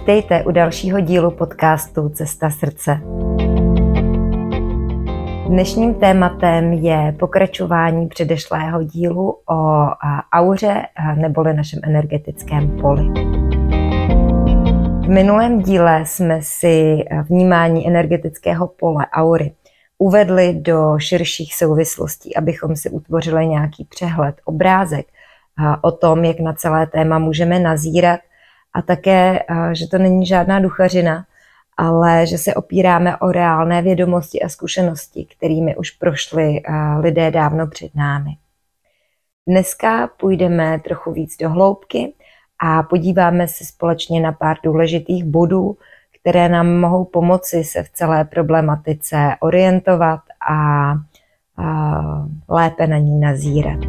Vítejte u dalšího dílu podcastu Cesta srdce. Dnešním tématem je pokračování předešlého dílu o auře neboli našem energetickém poli. V minulém díle jsme si vnímání energetického pole aury uvedli do širších souvislostí, abychom si utvořili nějaký přehled, obrázek o tom, jak na celé téma můžeme nazírat a také, že to není žádná duchařina, ale že se opíráme o reálné vědomosti a zkušenosti, kterými už prošli lidé dávno před námi. Dneska půjdeme trochu víc do hloubky a podíváme se společně na pár důležitých bodů, které nám mohou pomoci se v celé problematice orientovat a lépe na ní nazírat.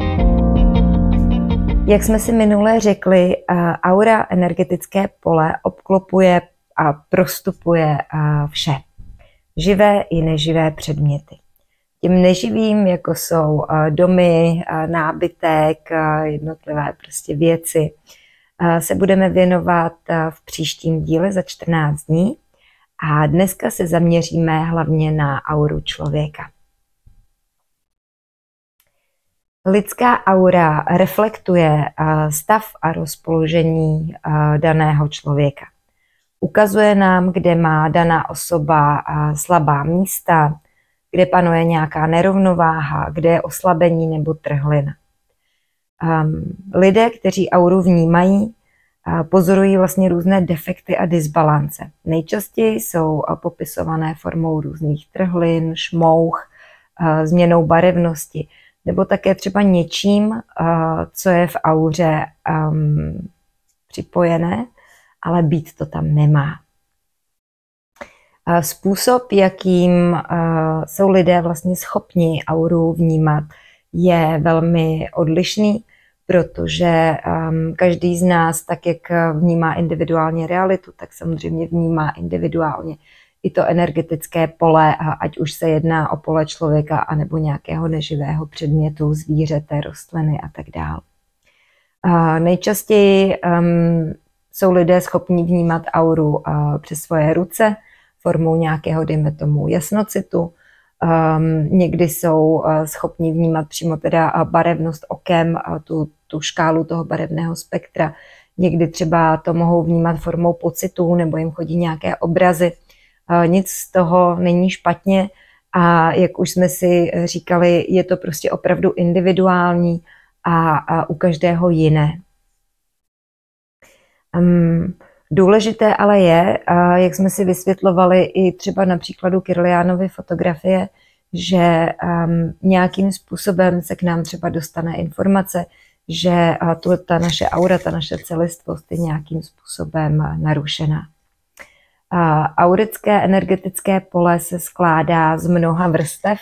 Jak jsme si minule řekli, aura energetické pole obklopuje a prostupuje vše. Živé i neživé předměty. Těm neživým, jako jsou domy, nábytek, jednotlivé prostě věci, se budeme věnovat v příštím díle za 14 dní a dneska se zaměříme hlavně na auru člověka. Lidská aura reflektuje stav a rozpoložení daného člověka. Ukazuje nám, kde má daná osoba slabá místa, kde panuje nějaká nerovnováha, kde je oslabení nebo trhlina. Lidé, kteří auru vnímají, pozorují vlastně různé defekty a disbalance. Nejčastěji jsou popisované formou různých trhlin, šmouch, změnou barevnosti, nebo také třeba něčím, co je v auře připojené, ale být to tam nemá. Způsob, jakým jsou lidé vlastně schopni auru vnímat, je velmi odlišný, protože každý z nás, tak jak vnímá individuálně realitu, tak samozřejmě vnímá individuálně i to energetické pole, ať už se jedná o pole člověka anebo nějakého neživého předmětu, zvířete, rostliny a tak dále. Nejčastěji jsou lidé schopni vnímat auru přes svoje ruce formou nějakého, dejme tomu, jasnocitu. Někdy jsou schopni vnímat přímo teda barevnost okem, tu škálu toho barevného spektra. Někdy třeba to mohou vnímat formou pocitů nebo jim chodí nějaké obrazy. Nic z toho není špatně a jak už jsme si říkali, je to prostě opravdu individuální a u každého jiné. Důležité ale je, jak jsme si vysvětlovali i třeba na příkladu Kirlianovy fotografie, že nějakým způsobem se k nám třeba dostane informace, že ta naše aura, ta naše celistvost je nějakým způsobem narušená. Aurické energetické pole se skládá z mnoha vrstev,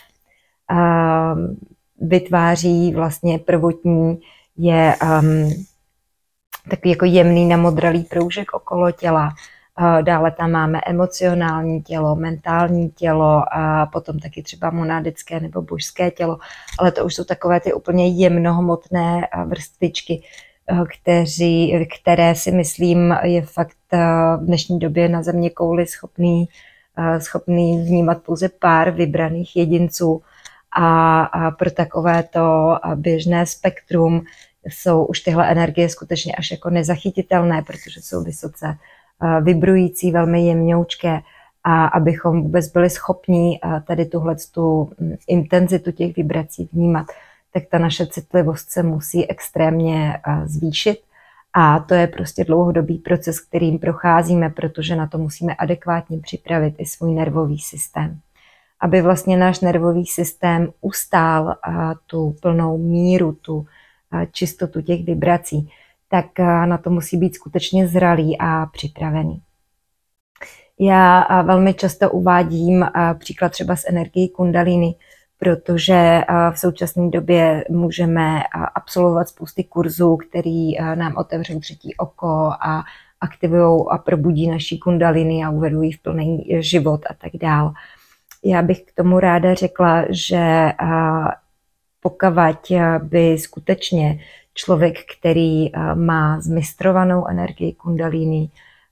vytváří vlastně prvotní, je takový jako jemný namodralý proužek okolo těla. Dále tam máme emocionální tělo, mentální tělo a potom taky třeba monadické nebo božské tělo, ale to už jsou takové ty úplně jemnohmotné vrstvičky, které si myslím je fakt v dnešní době na zeměkouli schopný vnímat pouze pár vybraných jedinců a pro takovéto běžné spektrum jsou už tyhle energie skutečně až jako nezachytitelné, protože jsou vysoce vibrující, velmi jemňoučké a abychom vůbec byli schopni tady tu intenzitu těch vibrací vnímat, tak ta naše citlivost se musí extrémně zvýšit a to je prostě dlouhodobý proces, kterým procházíme, protože na to musíme adekvátně připravit i svůj nervový systém. Aby vlastně náš nervový systém ustál tu plnou míru, tu čistotu těch vibrací, tak na to musí být skutečně zralý a připravený. Já velmi často uvádím příklad třeba s energií kundalini, protože v současné době můžeme absolvovat spousty kurzů, který nám otevřou třetí oko a aktivují a probudí naší kundalini a uvedou ji v plný život a tak dál. Já bych k tomu ráda řekla, že pokud by skutečně člověk, který má zmistrovanou energii kundalini,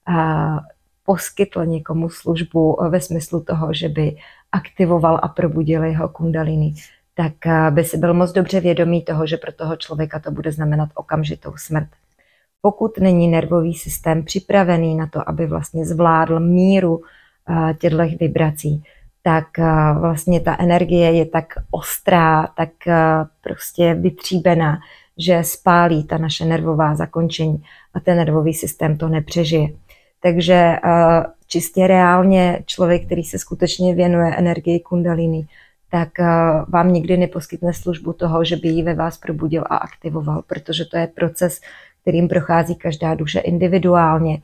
poskytl někomu službu ve smyslu toho, že by aktivoval a probudil jeho kundalini, tak by si byl moc dobře vědomý toho, že pro toho člověka to bude znamenat okamžitou smrt. Pokud není nervový systém připravený na to, aby vlastně zvládl míru těchto vibrací, tak vlastně ta energie je tak ostrá, tak prostě vytříbená, že spálí ta naše nervová zakončení a ten nervový systém to nepřežije. Takže čistě reálně člověk, který se skutečně věnuje energii kundalini, tak vám nikdy neposkytne službu toho, že by ji ve vás probudil a aktivoval, protože to je proces, kterým prochází každá duše individuálně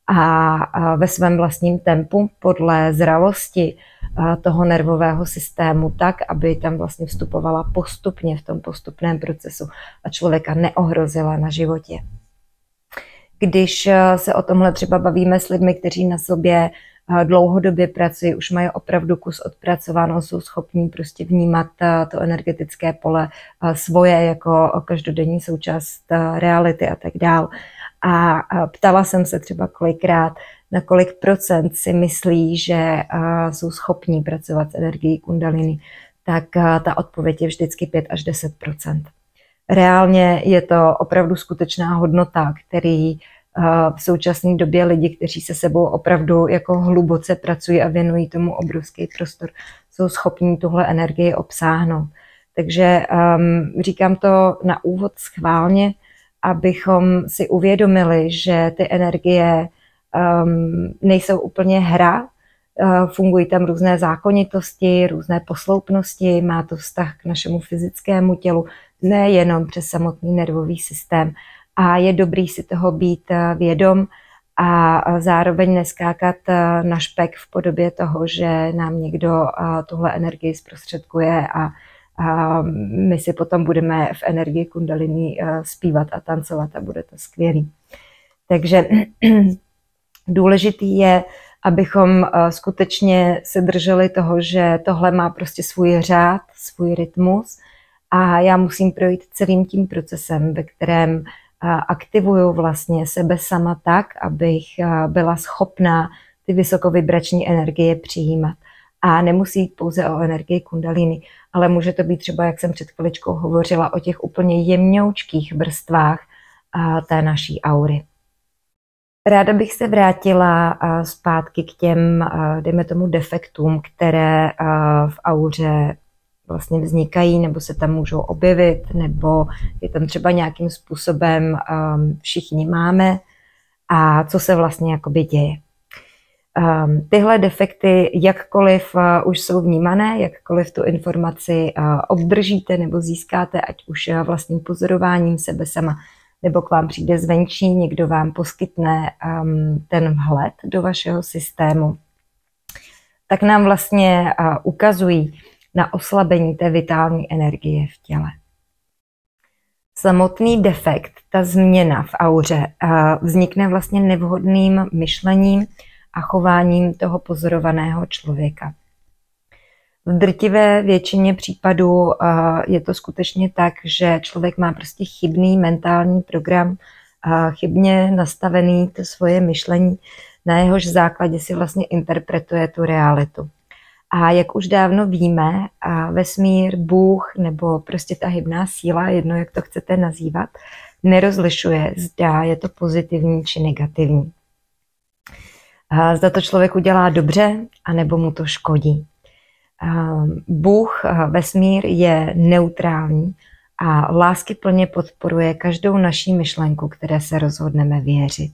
a ve svém vlastním tempu podle zralosti toho nervového systému tak, aby tam vlastně vstupovala postupně v tom postupném procesu a člověka neohrozila na životě. Když se o tomhle třeba bavíme s lidmi, kteří na sobě dlouhodobě pracují, už mají opravdu kus odpracováno, jsou schopní prostě vnímat to energetické pole svoje jako každodenní součást reality a tak dál. A ptala jsem se třeba kolikrát, na kolik procent si myslí, že jsou schopní pracovat s energií kundalini, tak ta odpověď je vždycky 5 až 10%. Reálně je to opravdu skutečná hodnota, který v současné době lidi, kteří se sebou opravdu jako hluboce pracují a věnují tomu obrovský prostor, jsou schopní tuhle energii obsáhnout. Takže říkám to na úvod schválně, abychom si uvědomili, že ty energie nejsou úplně hra, fungují tam různé zákonitosti, různé posloupnosti, má to vztah k našemu fyzickému tělu, nejenom přes samotný nervový systém. A je dobrý si toho být vědom a zároveň neskákat na špek v podobě toho, že nám někdo tuhle energii zprostředkuje a my si potom budeme v energii kundalini zpívat a tancovat a bude to skvělý. Takže důležitý je, abychom skutečně se drželi toho, že tohle má prostě svůj řád, svůj rytmus a já musím projít celým tím procesem, ve kterém aktivuju vlastně sebe sama tak, abych byla schopná ty vysokovibrační energie přijímat. A nemusí jít pouze o energii kundalini, ale může to být třeba, jak jsem před chviličkou hovořila, o těch úplně jemňoučkých vrstvách té naší aury. Ráda bych se vrátila zpátky k těm, dejme tomu, defektům, které v auře vlastně vznikají, nebo se tam můžou objevit, nebo je tam třeba nějakým způsobem všichni máme a co se vlastně jakoby děje. Tyhle defekty, jakkoliv už jsou vnímané, jakkoliv tu informaci obdržíte nebo získáte, ať už vlastním pozorováním sebe sama, nebo k vám přijde zvenčí, někdo vám poskytne ten vhled do vašeho systému, tak nám vlastně ukazují na oslabení té vitální energie v těle. Samotný defekt, ta změna v auře, vznikne vlastně nevhodným myšlením a chováním toho pozorovaného člověka. V drtivé většině případů je to skutečně tak, že člověk má prostě chybný mentální program, chybně nastavený to svoje myšlení, na jehož základě si vlastně interpretuje tu realitu. A jak už dávno víme, vesmír, Bůh nebo prostě ta hybná síla, jedno jak to chcete nazývat, nerozlišuje, zda je to pozitivní či negativní. Zda to člověk udělá dobře, anebo mu to škodí. Bůh, vesmír je neutrální a láskyplně podporuje každou naší myšlenku, které se rozhodneme věřit.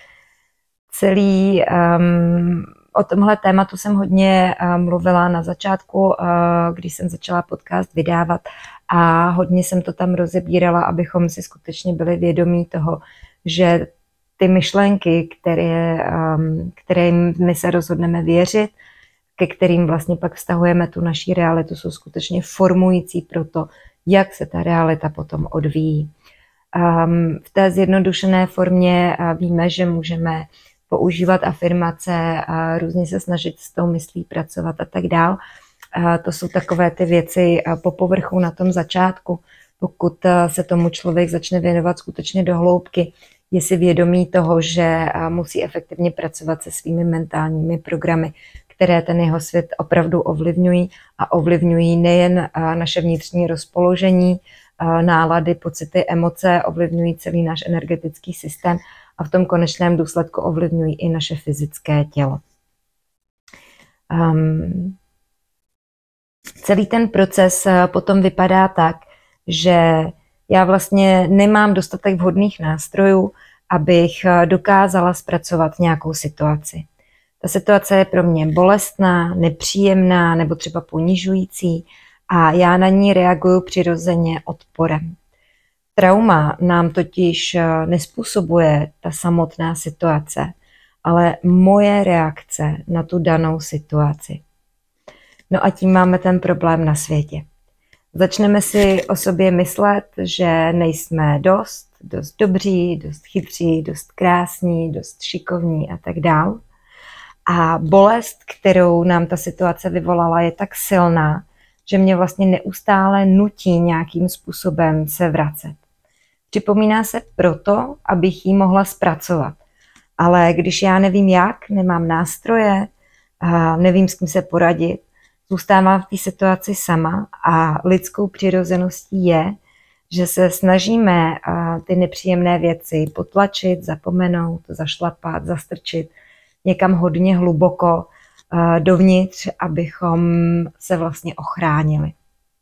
O tomhle tématu jsem hodně mluvila na začátku, když jsem začala podcast vydávat a hodně jsem to tam rozebírala, abychom si skutečně byli vědomí toho, že ty myšlenky, kterým my se rozhodneme věřit, ke kterým vlastně pak vztahujeme tu naší realitu, jsou skutečně formující pro to, jak se ta realita potom odvíjí. V té zjednodušené formě víme, že můžeme používat afirmace, různě se snažit s tou myslí pracovat a tak dál. To jsou takové ty věci po povrchu na tom začátku. Pokud se tomu člověk začne věnovat skutečně do hloubky, je si vědomý toho, že musí efektivně pracovat se svými mentálními programy, které ten jeho svět opravdu ovlivňují a ovlivňují nejen naše vnitřní rozpoložení, nálady, pocity, emoce, ovlivňují celý náš energetický systém a v tom konečném důsledku ovlivňují i naše fyzické tělo. Celý ten proces potom vypadá tak, že já vlastně nemám dostatek vhodných nástrojů, abych dokázala zpracovat nějakou situaci. Ta situace je pro mě bolestná, nepříjemná nebo třeba ponižující a já na ní reaguju přirozeně odporem. Trauma nám totiž nespůsobuje ta samotná situace, ale moje reakce na tu danou situaci. No a tím máme ten problém na světě. Začneme si o sobě myslet, že nejsme dost dobří, dost chytří, dost krásní, dost šikovní a tak dál. A bolest, kterou nám ta situace vyvolala, je tak silná, že mě vlastně neustále nutí nějakým způsobem se vracet. Připomíná se proto, abych ji mohla zpracovat. Ale když já nevím jak, nemám nástroje, nevím s kým se poradit, zůstávám v té situaci sama a lidskou přirozeností je, že se snažíme ty nepříjemné věci potlačit, zapomenout, zašlapat, zastrčit někam hodně hluboko dovnitř, abychom se vlastně ochránili.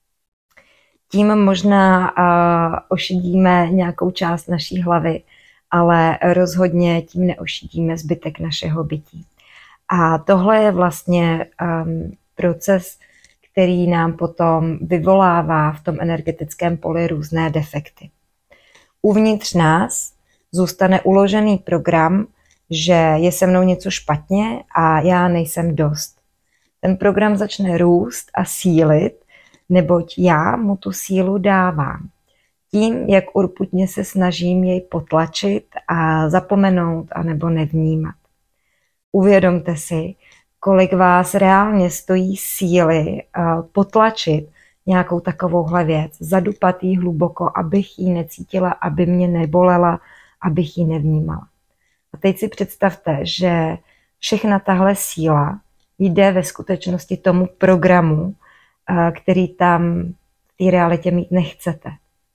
Tím možná ošidíme nějakou část naší hlavy, ale rozhodně tím neošidíme zbytek našeho bytí. A tohle je vlastně proces, který nám potom vyvolává v tom energetickém poli různé defekty. Uvnitř nás zůstane uložený program, že je se mnou něco špatně a já nejsem dost. Ten program začne růst a sílit, neboť já mu tu sílu dávám. Tím, jak urputně se snažím jej potlačit a zapomenout anebo nevnímat. Uvědomte si, kolik vás reálně stojí síly potlačit nějakou takovouhle věc, zadupat jí hluboko, abych ji necítila, aby mě nebolela, abych ji nevnímala. A teď si představte, že všechna tahle síla jde ve skutečnosti tomu programu, který tam v té realitě mít nechcete.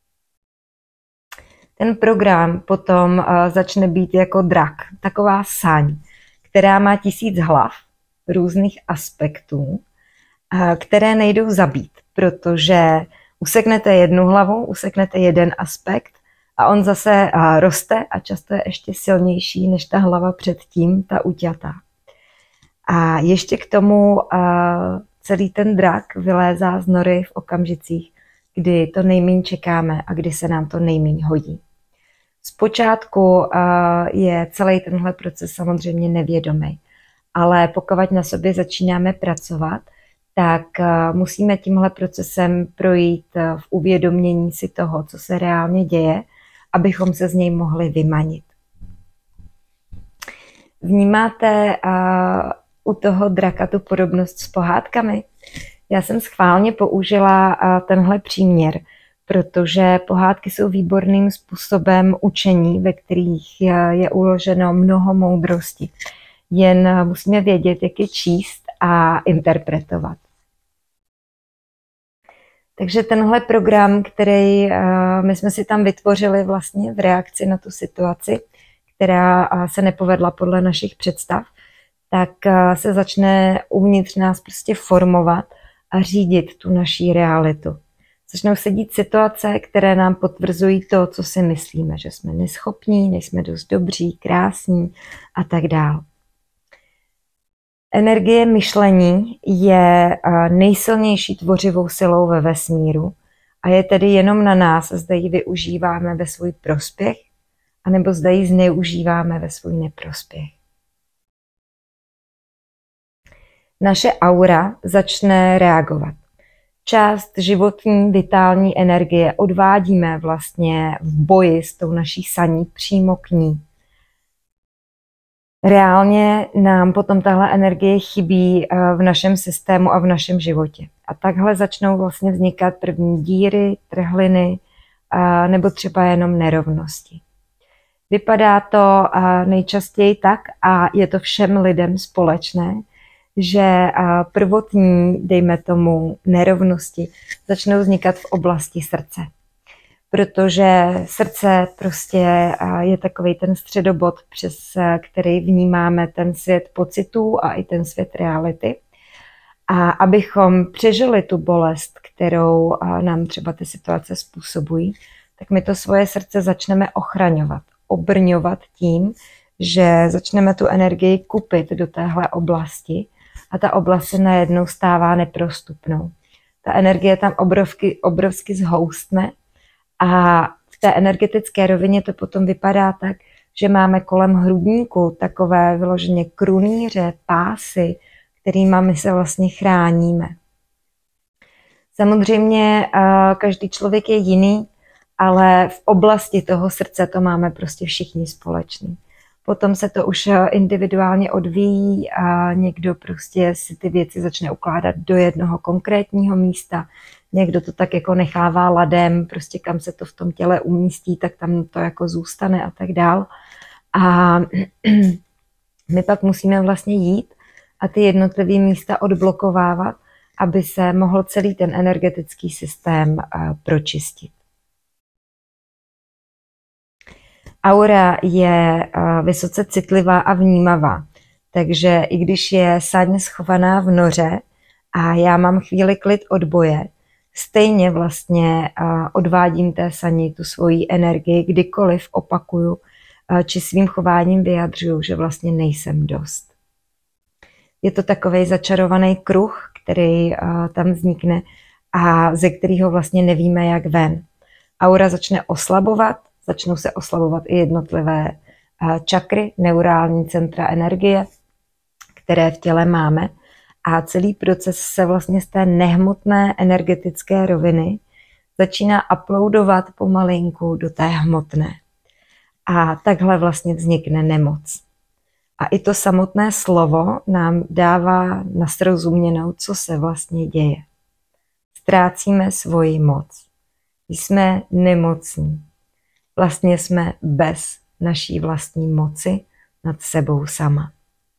Ten program potom začne být jako drak, taková saň, která má 1000 hlav, různých aspektů, které nejdou zabít, protože useknete jednu hlavu, useknete jeden aspekt a on zase roste a často je ještě silnější než ta hlava předtím, ta uťatá. A ještě k tomu celý ten drak vylézá z nory v okamžicích, kdy to nejméně čekáme a kdy se nám to nejméně hodí. Zpočátku je celý tenhle proces samozřejmě nevědomý, ale pokud na sobě začínáme pracovat, tak musíme tímhle procesem projít v uvědomění si toho, co se reálně děje, abychom se z něj mohli vymanit. Vnímáte u toho draka tu podobnost s pohádkami? Já jsem schválně použila tenhle příměr, protože pohádky jsou výborným způsobem učení, ve kterých je uloženo mnoho moudrosti. Jen musíme vědět, jak je číst a interpretovat. Takže tenhle program, který my jsme si tam vytvořili vlastně v reakci na tu situaci, která se nepovedla podle našich představ, tak se začne uvnitř nás prostě formovat a řídit tu naší realitu. Začnou se dít situace, které nám potvrzují to, co si myslíme, že jsme neschopní, nejsme dost dobří, krásní a tak dále. Energie myšlení je nejsilnější tvořivou silou ve vesmíru a je tedy jenom na nás, zda ji využíváme ve svůj prospěch, anebo zda ji zneužíváme ve svůj neprospěch. Naše aura začne reagovat. Část životní vitální energie odvádíme vlastně v boji s tou naší saní přímo k ní. Reálně nám potom tahle energie chybí v našem systému a v našem životě. A takhle začnou vlastně vznikat první díry, trhliny nebo třeba jenom nerovnosti. Vypadá to nejčastěji tak, a je to všem lidem společné, že prvotní, dejme tomu, nerovnosti začnou vznikat v oblasti srdce. Protože srdce prostě je takový ten středobod, přes který vnímáme ten svět pocitů a i ten svět reality. A abychom přežili tu bolest, kterou nám třeba ty situace způsobují, tak my to svoje srdce začneme ochraňovat, obrňovat tím, že začneme tu energii kupit do téhle oblasti a ta oblast se najednou stává neprostupnou. Ta energie tam obrovsky zhoustne a v té energetické rovině to potom vypadá tak, že máme kolem hrudníku takové vyloženě krunýře, pásy, kterýma my se vlastně chráníme. Samozřejmě každý člověk je jiný, ale v oblasti toho srdce to máme prostě všichni společný. Potom se to už individuálně odvíjí a někdo prostě si ty věci začne ukládat do jednoho konkrétního místa. Někdo to tak jako nechává ladem, prostě kam se to v tom těle umístí, tak tam to jako zůstane a tak dál. A my pak musíme vlastně jít a ty jednotlivé místa odblokovávat, aby se mohl celý ten energetický systém pročistit. Aura je vysoce citlivá a vnímavá, takže i když je saň schovaná v noře a já mám chvíli klid od boje, stejně vlastně odvádím té sani tu svoji energii, kdykoliv opakuju, či svým chováním vyjadřuju, že vlastně nejsem dost. Je to takovej začarovaný kruh, který tam vznikne a ze kterého vlastně nevíme, jak ven. Aura začne oslabovat, začnou se oslabovat i jednotlivé čakry, neurální centra energie, které v těle máme. A celý proces se vlastně z té nehmotné energetické roviny začíná uploadovat pomalinku do té hmotné. A takhle vlastně vznikne nemoc. A i to samotné slovo nám dává na srozuměnou, co se vlastně děje. Ztrácíme svoji moc. Jsme nemocní. Vlastně jsme bez naší vlastní moci nad sebou sama.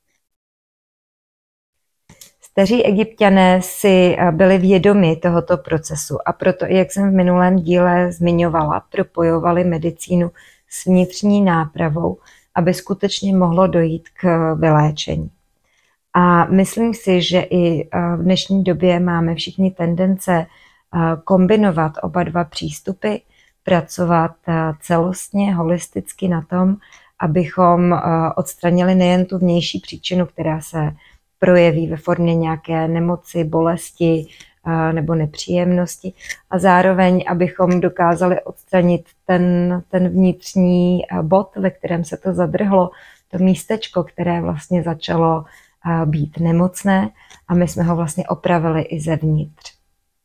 Staří Egypťané si byli vědomi tohoto procesu a proto, jak jsem v minulém díle zmiňovala, propojovali medicínu s vnitřní nápravou, aby skutečně mohlo dojít k vyléčení. A myslím si, že i v dnešní době máme všichni tendence kombinovat oba dva přístupy, pracovat celostně, holisticky na tom, abychom odstranili nejen tu vnější příčinu, která se projeví ve formě nějaké nemoci, bolesti nebo nepříjemnosti a zároveň, abychom dokázali odstranit ten vnitřní bod, ve kterém se to zadrhlo, to místečko, které vlastně začalo být nemocné a my jsme ho vlastně opravili i zevnitř.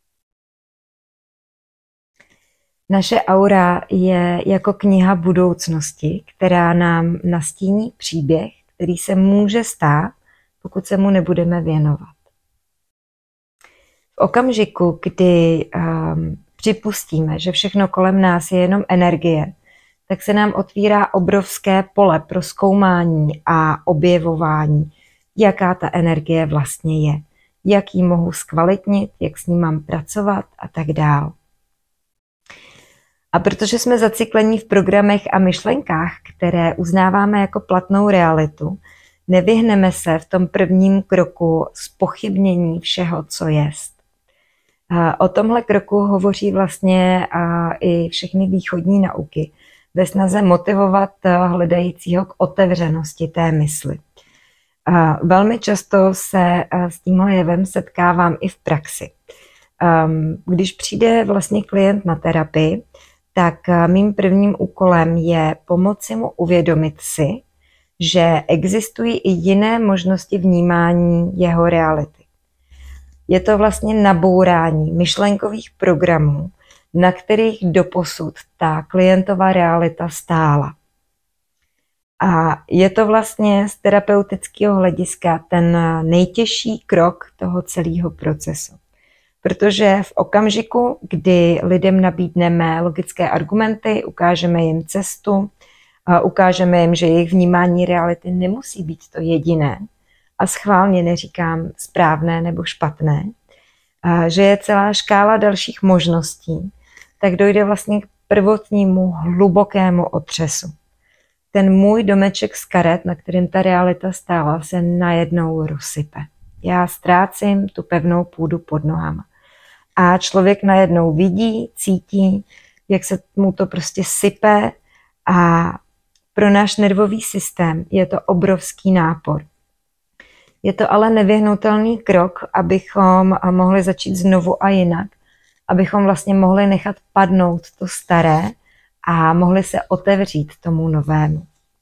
Naše aura je jako kniha budoucnosti, která nám nastíní příběh, který se může stát, pokud se mu nebudeme věnovat. V okamžiku, kdy připustíme, že všechno kolem nás je jenom energie, tak se nám otvírá obrovské pole pro zkoumání a objevování, jaká ta energie vlastně je, jak ji mohu zkvalitnit, jak s ní mám pracovat a tak dál. A protože jsme zaciklení v programech a myšlenkách, které uznáváme jako platnou realitu, nevyhneme se v tom prvním kroku zpochybnění všeho, co jest. O tomhle kroku hovoří vlastně i všechny východní nauky ve snaze motivovat hledajícího k otevřenosti té mysli. Velmi často se s tímhle jevem setkávám i v praxi. Když přijde vlastně klient na terapii, tak mým prvním úkolem je pomoci mu uvědomit si, že existují i jiné možnosti vnímání jeho reality. Je to vlastně nabourání myšlenkových programů, na kterých doposud ta klientová realita stála. A je to vlastně z terapeutického hlediska ten nejtěžší krok toho celého procesu. Protože v okamžiku, kdy lidem nabídneme logické argumenty, ukážeme jim cestu, Ukážeme jim, že jejich vnímání reality nemusí být to jediné. A schválně neříkám správné nebo špatné. Že je celá škála dalších možností, tak dojde vlastně k prvotnímu hlubokému otřesu. Ten můj domeček z karet, na kterým ta realita stála, se najednou rozsype. Já ztrácím tu pevnou půdu pod nohama. A člověk najednou vidí, cítí, jak se mu to prostě sype a pro náš nervový systém je to obrovský nápor. Je to ale nevyhnutelný krok, abychom mohli začít znovu a jinak, abychom vlastně mohli nechat padnout to staré a mohli se otevřít tomu novému.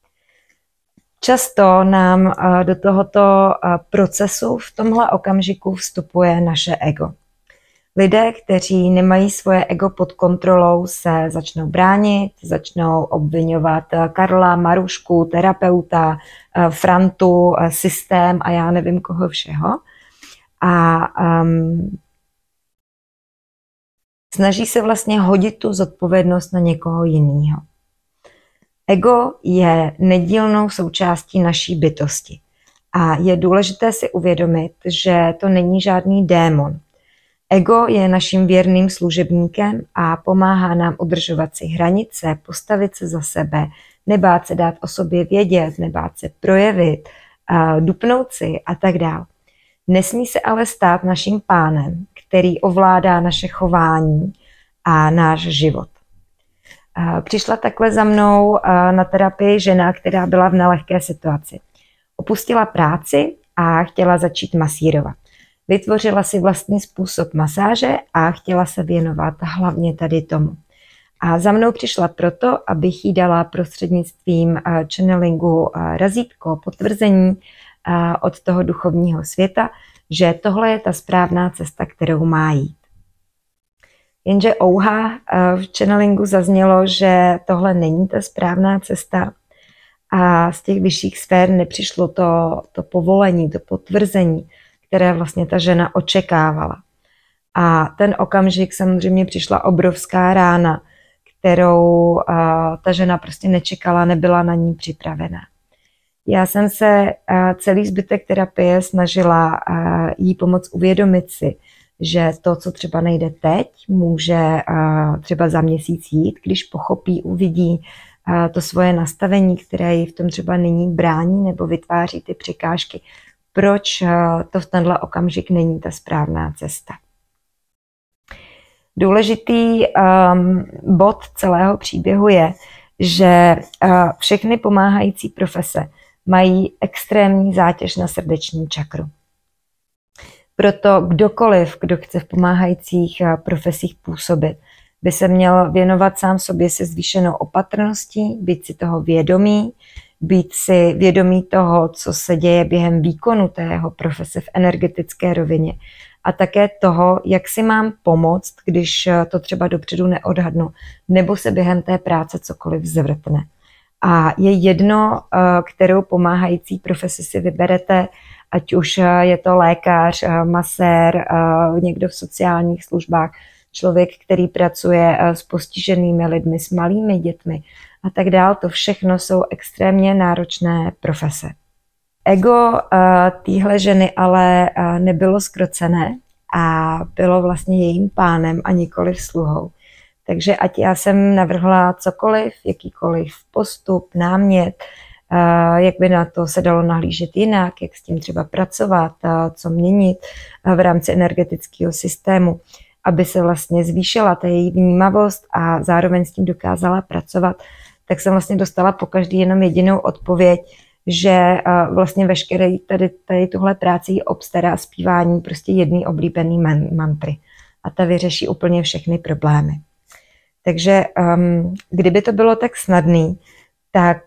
Často nám do tohoto procesu v tomhle okamžiku vstupuje naše ego. Lidé, kteří nemají svoje ego pod kontrolou, se začnou bránit, začnou obvinovat Karla, Marušku, terapeuta, Frantu, systém a já nevím koho všeho. A snaží se vlastně hodit tu zodpovědnost na někoho jiného. Ego je nedílnou součástí naší bytosti a je důležité si uvědomit, že to není žádný démon. Ego je naším věrným služebníkem a pomáhá nám udržovat si hranice, postavit se za sebe, nebát se dát o sobě vědět, nebát se projevit, dupnout si a tak dále. Nesmí se ale stát naším pánem, který ovládá naše chování a náš život. Přišla takhle za mnou na terapii žena, která byla v nelehké situaci. Opustila práci a chtěla začít masírovat. Vytvořila si vlastní způsob masáže a chtěla se věnovat hlavně tady tomu. A za mnou přišla proto, abych jí dala prostřednictvím channelingu razítko, potvrzení od toho duchovního světa, že tohle je ta správná cesta, kterou má jít. Jenže v channelingu zaznělo, že tohle není ta správná cesta a z těch vyšších sfér nepřišlo to povolení, to potvrzení, které vlastně ta žena očekávala. A ten okamžik samozřejmě přišla obrovská rána, kterou ta žena prostě nečekala, nebyla na ní připravená. Já jsem se celý zbytek terapie snažila jí pomoct uvědomit si, že to, co třeba nejde teď, může třeba za měsíc jít, když pochopí, uvidí to svoje nastavení, které ji v tom třeba nyní brání nebo vytváří ty překážky. Proč to v tenhle okamžik není ta správná cesta. Důležitý bod celého příběhu je, že všechny pomáhající profese mají extrémní zátěž na srdeční čakru. Proto kdokoliv, kdo chce v pomáhajících profesích působit, by se měl věnovat sám sobě se zvýšenou opatrností, být si toho vědomý, být si vědomý toho, co se děje během výkonu té jeho profese v energetické rovině a také toho, jak si mám pomoct, když to třeba dopředu neodhadnu, nebo se během té práce cokoliv zvrtne. A je jedno, kterou pomáhající profesi si vyberete, ať už je to lékař, masér, někdo v sociálních službách, člověk, který pracuje s postiženými lidmi, s malými dětmi a tak dál. To všechno jsou extrémně náročné profese. Ego téhle ženy ale nebylo zkrocené a bylo vlastně jejím pánem a nikoliv sluhou. Takže ať já jsem navrhla cokoliv, jakýkoliv postup, námět, jak by na to se dalo nahlížet jinak, jak s tím třeba pracovat, co měnit v rámci energetického systému, aby se vlastně zvýšila ta její vnímavost a zároveň s tím dokázala pracovat, tak jsem vlastně dostala pokaždý jenom jedinou odpověď, že vlastně veškeré tady tuhle práci jí obstará zpívání prostě jedný oblíbený mantry. A ta vyřeší úplně všechny problémy. Takže kdyby to bylo tak snadný, tak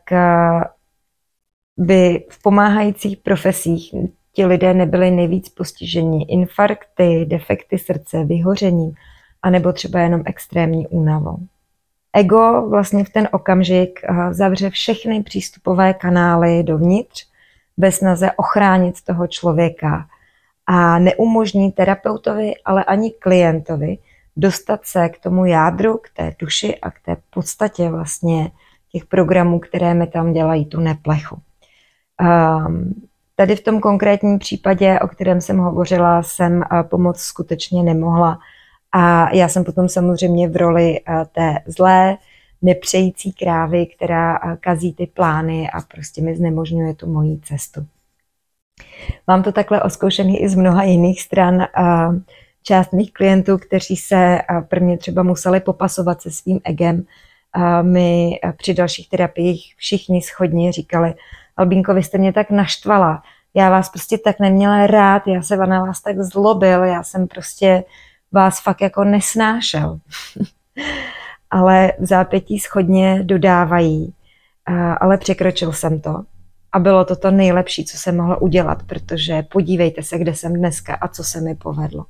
by v pomáhajících profesích ti lidé nebyli nejvíc postiženi infarkty, defekty srdce, vyhořením, anebo třeba jenom extrémní únavou. Ego vlastně v ten okamžik zavře všechny přístupové kanály dovnitř ve snaze ochránit toho člověka a neumožní terapeutovi, ale ani klientovi dostat se k tomu jádru, k té duši a k té podstatě vlastně těch programů, které mi tam dělají tu neplechu. Tady v tom konkrétním případě, o kterém jsem hovořila, jsem pomoct skutečně nemohla. A já jsem potom samozřejmě v roli té zlé, nepřející krávy, která kazí ty plány a prostě mi znemožňuje tu moji cestu. Mám to takhle oskoušený i z mnoha jiných stran. Část mých klientů, kteří se prvně třeba museli popasovat se svým egem, mi při dalších terapiích všichni shodně říkali: Albínko, vy jste mě tak naštvala, já vás prostě tak neměla rád, já se na vás tak zlobil, já jsem prostě vás fakt jako nesnášel. Ale v zápětí shodně dodávají, ale překročil jsem to. A bylo to to nejlepší, co jsem mohla udělat, protože podívejte se, kde jsem dneska a co se mi povedlo.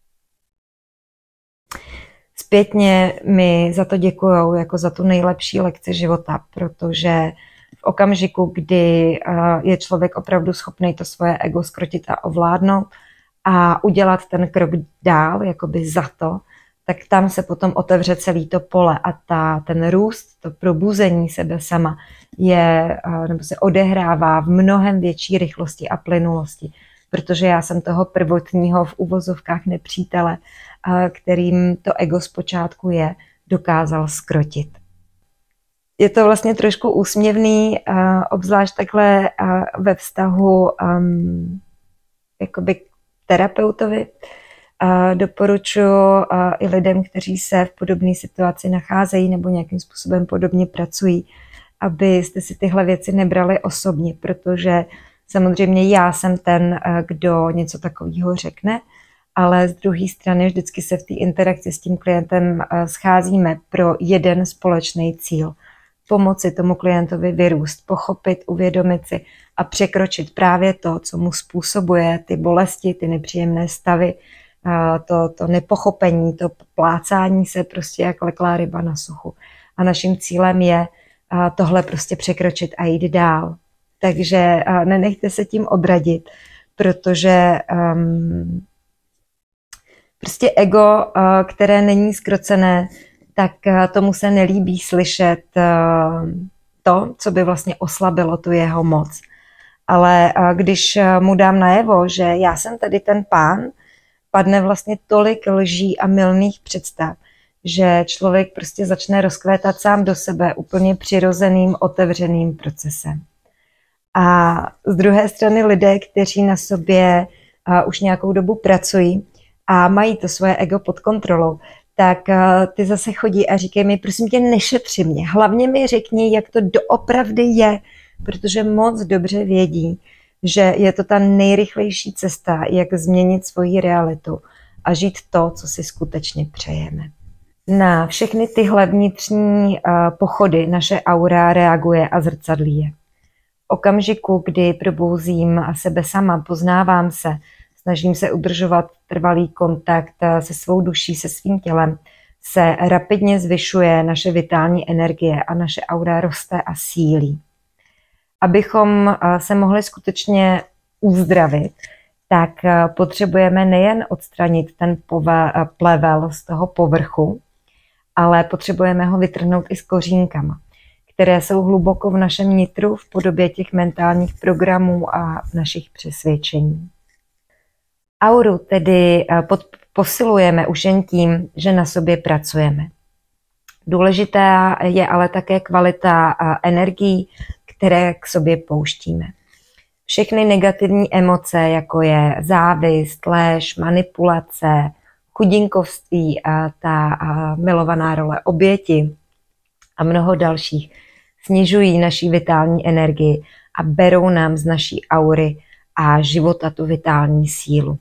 Zpětně mi za to děkujou jako za tu nejlepší lekci života, protože v okamžiku, kdy je člověk opravdu schopný to svoje ego zkrotit a ovládnout a udělat ten krok dál, jakoby za to, tak tam se potom otevře celý to pole a ten růst, to probuzení sebe sama nebo se odehrává v mnohem větší rychlosti a plynulosti, protože já jsem toho prvotního v uvozovkách nepřítele, kterým to ego zpočátku dokázal zkrotit. Je to vlastně trošku úsměvný, obzvlášť takhle ve vztahu jakoby k terapeutovi. Doporučuji i lidem, kteří se v podobné situaci nacházejí nebo nějakým způsobem podobně pracují, abyste si tyhle věci nebrali osobně, protože samozřejmě já jsem ten, kdo něco takového řekne, ale z druhé strany vždycky se v té interakci s tím klientem scházíme pro jeden společný cíl. Pomoci tomu klientovi vyrůst, pochopit, uvědomit si a překročit právě to, co mu způsobuje ty bolesti, ty nepříjemné stavy, to nepochopení, to plácání se prostě jak leklá ryba na suchu. A naším cílem je tohle prostě překročit a jít dál. Takže nenechte se tím odradit, protože prostě ego, které není zkrocené, tak tomu se nelíbí slyšet to, co by vlastně oslabilo tu jeho moc. Ale když mu dám najevo, že já jsem tady ten pán, padne vlastně tolik lží a mylných představ, že člověk prostě začne rozkvétat sám do sebe úplně přirozeným, otevřeným procesem. A z druhé strany lidé, kteří na sobě už nějakou dobu pracují a mají to svoje ego pod kontrolou, tak ty zase chodí a říkají mi: prosím tě, nešetři mě, hlavně mi řekni, jak to doopravdy je, protože moc dobře vědí, že je to ta nejrychlejší cesta, jak změnit svoji realitu a žít to, co si skutečně přejeme. Na všechny tyhle vnitřní pochody naše aura reaguje a zrcadlí je. V okamžiku, kdy probouzím sebe sama, poznávám se, snažím se udržovat trvalý kontakt se svou duší, se svým tělem, se rapidně zvyšuje naše vitální energie a naše aura roste a sílí. Abychom se mohli skutečně uzdravit, tak potřebujeme nejen odstranit ten plevel z toho povrchu, ale potřebujeme ho vytrhnout i s kořínkama, které jsou hluboko v našem nitru v podobě těch mentálních programů a našich přesvědčení. Auru tedy posilujeme už jen tím, že na sobě pracujeme. Důležitá je ale také kvalita energií, které k sobě pouštíme. Všechny negativní emoce, jako je závist, lež, manipulace, chudinkovství a ta milovaná role oběti a mnoho dalších, snižují naši vitální energii a berou nám z naší aury a života tu vitální sílu.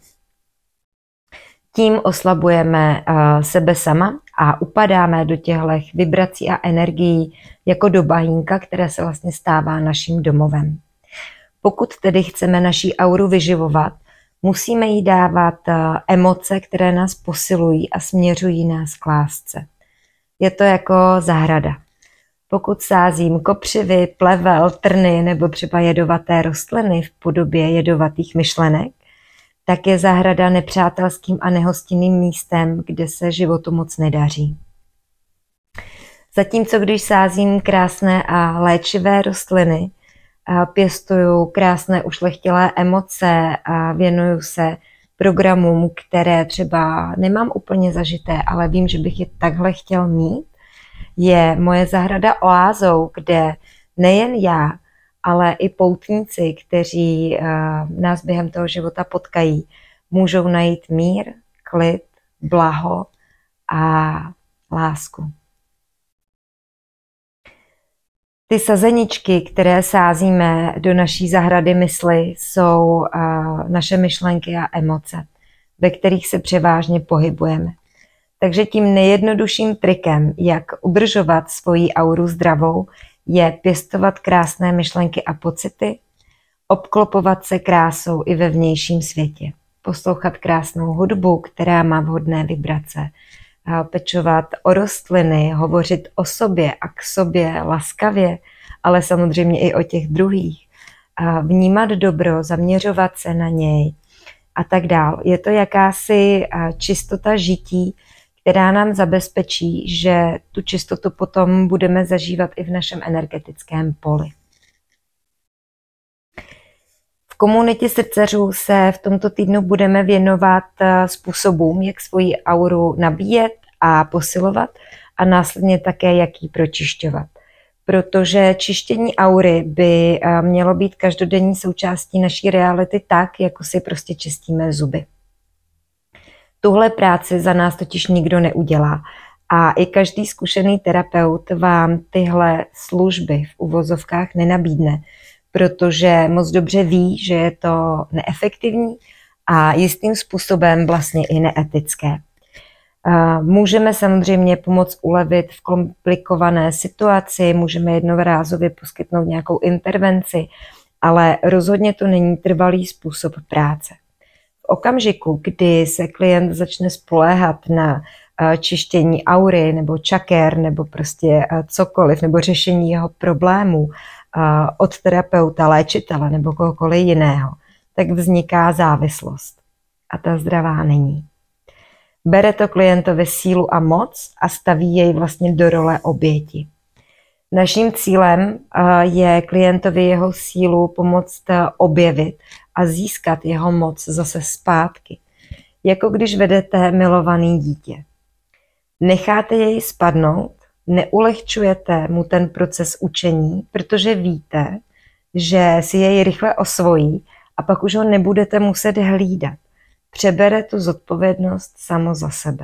Tím oslabujeme sebe sama a upadáme do těchto vibrací a energií jako do bahínka, které se vlastně stává naším domovem. Pokud tedy chceme naší auru vyživovat, musíme jí dávat emoce, které nás posilují a směřují nás k lásce. Je to jako zahrada. Pokud sázím kopřivy, plevel, trny nebo třeba jedovaté rostliny v podobě jedovatých myšlenek, tak je zahrada nepřátelským a nehostinným místem, kde se životu moc nedaří. Zatímco když sázím krásné a léčivé rostliny, pěstuju krásné ušlechtilé emoce a věnuju se programům, které třeba nemám úplně zažité, ale vím, že bych je takhle chtěl mít, je moje zahrada oázou, kde nejen já, ale i poutníci, kteří nás během toho života potkají, můžou najít mír, klid, blaho a lásku. Ty sazeničky, které sázíme do naší zahrady mysli, jsou naše myšlenky a emoce, ve kterých se převážně pohybujeme. Takže tím nejjednodušším trikem, jak udržovat svoji auru zdravou, je pěstovat krásné myšlenky a pocity, obklopovat se krásou i ve vnějším světě, poslouchat krásnou hudbu, která má vhodné vibrace, pečovat o rostliny, hovořit o sobě a k sobě laskavě, ale samozřejmě i o těch druhých, vnímat dobro, zaměřovat se na něj a tak dál. Je to jakási čistota žití, která nám zabezpečí, že tu čistotu potom budeme zažívat i v našem energetickém poli. V komunitě srdcařů se v tomto týdnu budeme věnovat způsobům, jak svoji auru nabíjet a posilovat a následně také, jak ji pročišťovat. Protože čištění aury by mělo být každodenní součástí naší reality tak, jako si prostě čistíme zuby. Tuhle práci za nás totiž nikdo neudělá a i každý zkušený terapeut vám tyhle služby v uvozovkách nenabídne, protože moc dobře ví, že je to neefektivní a jistým způsobem vlastně i neetické. Můžeme samozřejmě pomoct ulevit v komplikované situaci, můžeme jednorázově poskytnout nějakou intervenci, ale rozhodně to není trvalý způsob práce. V okamžiku, kdy se klient začne spoléhat na čištění aury nebo čaker nebo prostě cokoliv, nebo řešení jeho problémů od terapeuta, léčitele nebo kohokoliv jiného, tak vzniká závislost. A ta zdravá není. Bere to klientovi sílu a moc a staví jej vlastně do role oběti. Naším cílem je klientovi jeho sílu pomoct objevit a získat jeho moc zase zpátky. Jako když vedete milovaný dítě. Necháte jej spadnout, neulehčujete mu ten proces učení, protože víte, že si jej rychle osvojí a pak už ho nebudete muset hlídat. Přebere tu zodpovědnost samo za sebe.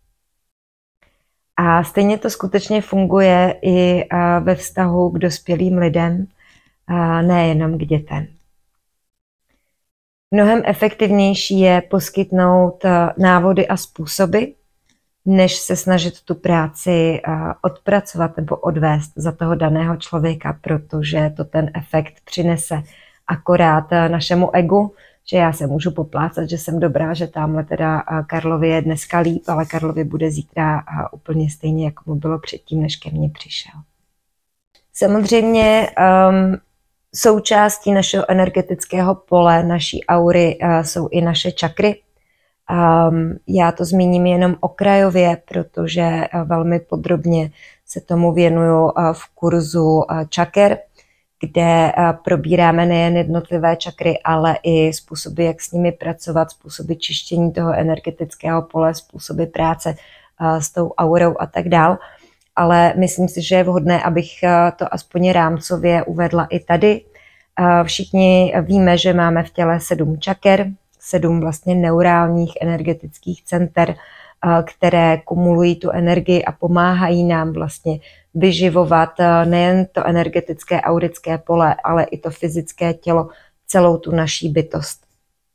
A stejně to skutečně funguje i ve vztahu k dospělým lidem, nejenom k dětem. Mnohem efektivnější je poskytnout návody a způsoby, než se snažit tu práci odpracovat nebo odvést za toho daného člověka, protože to ten efekt přinese akorát našemu egu, že já se můžu poplácat, že jsem dobrá, že tamhle teda Karlovi je dneska líp, ale Karlovi bude zítra úplně stejně, jako mu bylo předtím, než ke mně přišel. Samozřejmě součástí našeho energetického pole, naší aury jsou i naše čakry. Já to zmíním jenom okrajově, protože velmi podrobně se tomu věnuju v kurzu čaker, kde probíráme nejen jednotlivé čakry, ale i způsoby, jak s nimi pracovat, způsoby čištění toho energetického pole, způsoby práce s tou aurou a tak dál. Ale myslím si, že je vhodné, abych to aspoň rámcově uvedla i tady. Všichni víme, že máme v těle 7 čaker, 7 vlastně neurálních energetických center, které kumulují tu energii a pomáhají nám vlastně vyživovat nejen to energetické aurické pole, ale i to fyzické tělo, celou tu naší bytost.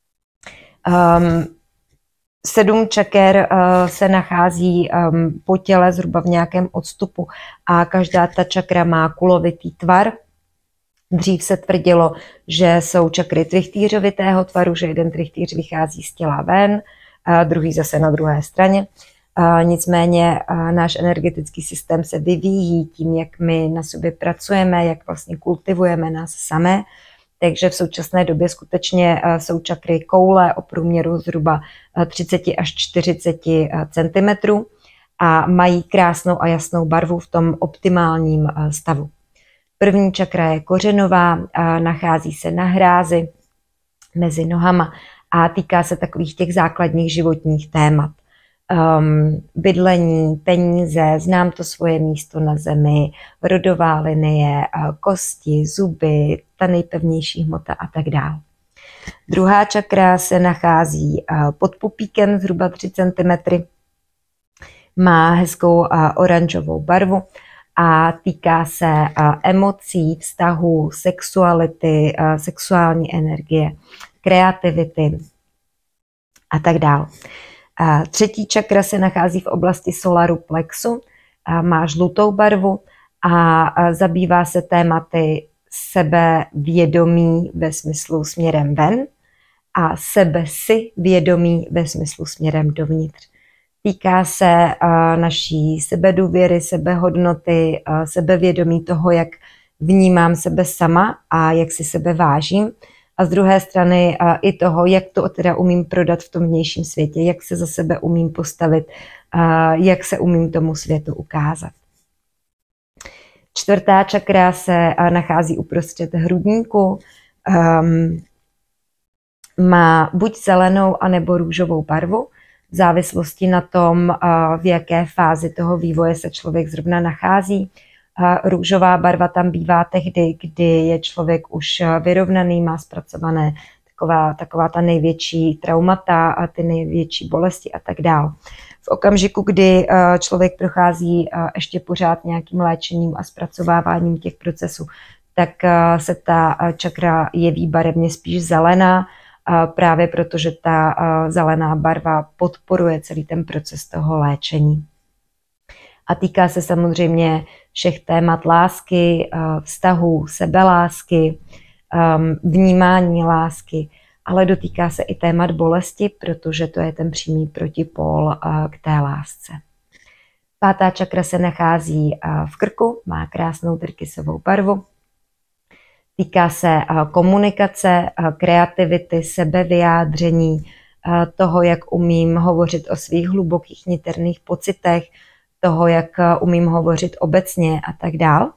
7 čaker se nachází po těle zhruba v nějakém odstupu a každá ta čakra má kulovitý tvar. Dřív se tvrdilo, že jsou čakry trichtýřovitého tvaru, že jeden trichtýř vychází z těla ven, druhý zase na druhé straně. Nicméně náš energetický systém se vyvíjí tím, jak my na sobě pracujeme, jak vlastně kultivujeme nás samé. Takže v současné době skutečně jsou čakry koule o průměru zhruba 30 až 40 cm a mají krásnou a jasnou barvu v tom optimálním stavu. První čakra je kořenová, nachází se na hrázi mezi nohama a týká se takových těch základních životních témat. Bydlení, peníze, znám to svoje místo na zemi, rodová linie, kosti, zuby, ta nejpevnější hmota a tak dále. Druhá čakra se nachází pod pupíkem zhruba 3 cm. Má hezkou oranžovou barvu a týká se emocí, vztahů, sexuality, sexuální energie, kreativity a tak dále. Třetí čakra se nachází v oblasti solaru plexu, má žlutou barvu a zabývá se tématy sebevědomí ve smyslu směrem ven a sebesi vědomí ve smyslu směrem dovnitř. Týká se naší sebedůvěry, sebehodnoty, sebevědomí toho, jak vnímám sebe sama a jak si sebe vážím. A z druhé strany i toho, jak to teda umím prodat v tom vnějším světě, jak se za sebe umím postavit, jak se umím tomu světu ukázat. Čtvrtá čakra se nachází uprostřed hrudníku, má buď zelenou, anebo růžovou barvu, v závislosti na tom, v jaké fázi toho vývoje se člověk zrovna nachází. Růžová barva tam bývá tehdy, kdy je člověk už vyrovnaný, má zpracované taková ta největší traumata a ty největší bolesti a tak dále. V okamžiku, kdy člověk prochází ještě pořád nějakým léčením a zpracováváním těch procesů, tak se ta čakra jeví barevně spíš zelená, právě protože ta zelená barva podporuje celý ten proces toho léčení. A týká se samozřejmě všech témat lásky, vztahů, sebelásky, vnímání lásky, ale dotýká se i témat bolesti, protože to je ten přímý protipól k té lásce. Pátá čakra se nachází v krku, má krásnou tyrkysovou barvu. Týká se komunikace, kreativity, sebevyjádření, toho, jak umím hovořit o svých hlubokých niterných pocitech, toho, jak umím hovořit obecně a tak dál.